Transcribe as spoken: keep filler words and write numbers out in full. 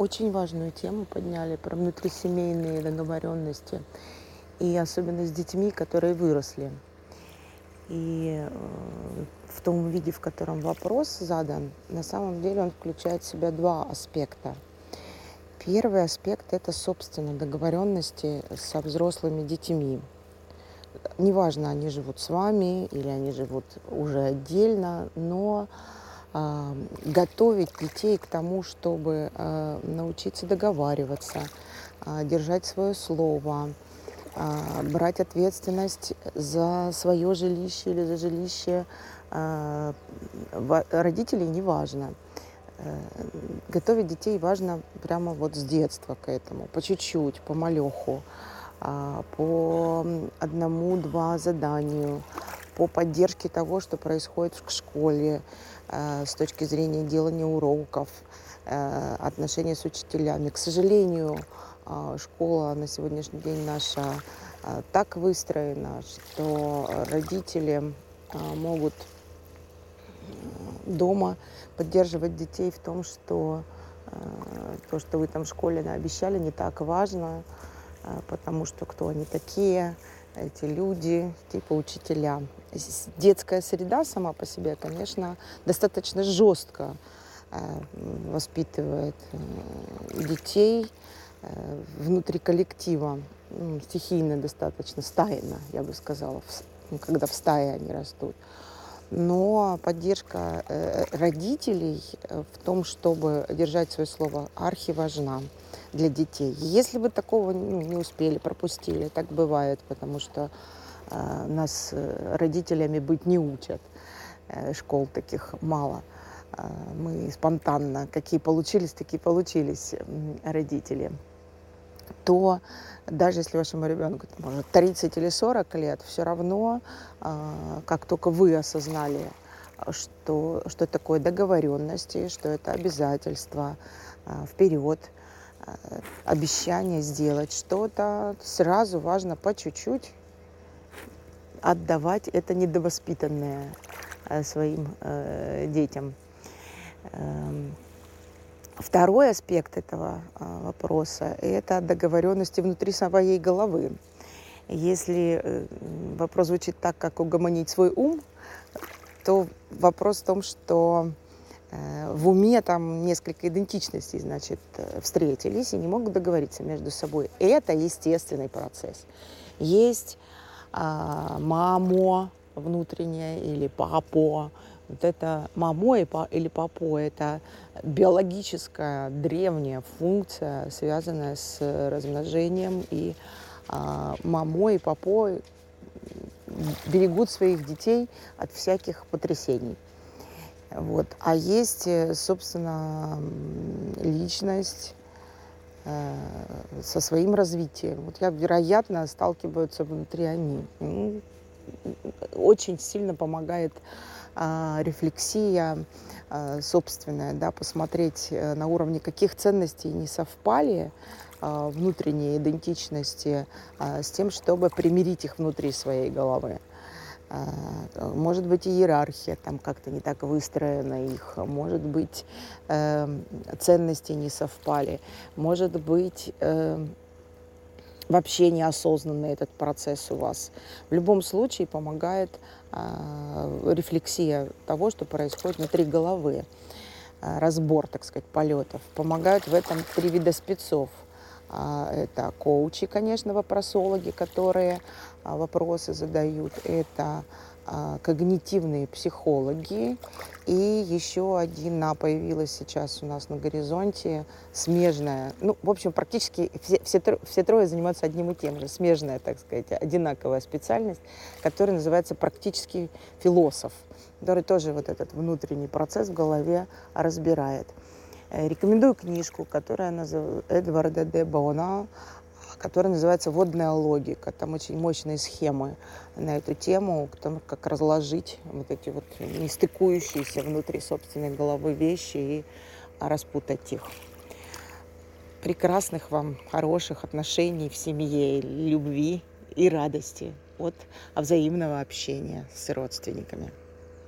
очень важную тему подняли про внутрисемейные договоренности, и особенно с детьми, которые выросли. И э, в том виде, в котором вопрос задан, на самом деле он включает в себя два аспекта. Первый аспект — это, собственно, договоренности со взрослыми детьми. Неважно, они живут с вами или они живут уже отдельно, но а, готовить детей к тому, чтобы а, научиться договариваться, а, держать свое слово, а, брать ответственность за свое жилище или за жилище а, во- родителей, неважно. Э, Готовить детей важно прямо вот с детства к этому, по чуть-чуть, по малеху, а, по одному-два заданию, по поддержке того, что происходит в школе, э, с точки зрения делания уроков, э, отношения с учителями. К сожалению, а, школа на сегодняшний день наша а, так выстроена, что родители а, могут дома поддерживать детей в том, что э, то, что вы там в школе наобещали, не так важно, э, потому что кто они такие, эти люди, типа учителя. С- Детская среда сама по себе, конечно, достаточно жестко э, воспитывает э, детей э, внутри коллектива, ну, стихийно достаточно, стайно, я бы сказала, в с- ну, когда в стае они растут. Но поддержка э, родителей э, в том, чтобы держать свое слово, архиважна для детей. Если вы такого ну, не успели, пропустили, так бывает, потому что э, нас э, родителями быть не учат, э, школ таких мало. Э, Мы спонтанно, какие получились, такие получились м, родители. То даже если вашему ребенку, там, может, тридцать или сорок лет, все равно, а, как только вы осознали, а, что, что такое договоренности, что это обязательства а, вперед, а, обещание сделать что-то, сразу важно по чуть-чуть отдавать это недовоспитанное а, своим э, детям. Эм, Второй аспект этого а, вопроса — это договоренности внутри своей головы. Если э, вопрос звучит так, как угомонить свой ум, то вопрос в том, что э, в уме там несколько идентичностей, значит, э, встретились и не могут договориться между собой. Это естественный процесс. Есть а, мамо внутреннее или папо. Вот это мамо и па- или папо — это биологическая древняя функция, связанная с размножением. И а, мамо и папо берегут своих детей от всяких потрясений. Вот. А есть, э, собственно, м, личность э, со своим развитием. Вот я, вероятно, сталкиваются внутри они. Ну, очень сильно помогает а, рефлексия а, собственная, да, посмотреть э, на уровне каких ценностей не совпали а, внутренние идентичности а, с тем, чтобы примирить их внутри своей головы. А, Может быть, иерархия там как-то не так выстроена их, может быть, эм, ценности не совпали, может быть, эм, вообще неосознанный этот процесс у вас. В любом случае помогает а, рефлексия того, что происходит внутри головы, а, разбор, так сказать, полетов. Помогают в этом три вида спецов. А, Это коучи, конечно, вопросологи, которые а, вопросы задают. Это а, когнитивные психологи. И еще одна появилась сейчас у нас на горизонте, смежная. Ну, в общем, практически все, все, тро- все трое занимаются одним и тем же. Смежная, так сказать, одинаковая специальность, которая называется практический философ, который тоже вот этот внутренний процесс в голове разбирает. Э, Рекомендую книжку, которая назыв... Эдварда де Бона, которая называется «Водная логика». Там очень мощные схемы на эту тему, о том, как разложить вот эти вот нестыкующиеся внутри собственной головы вещи и распутать их. Прекрасных вам, хороших отношений в семье, любви и радости от взаимного общения с родственниками.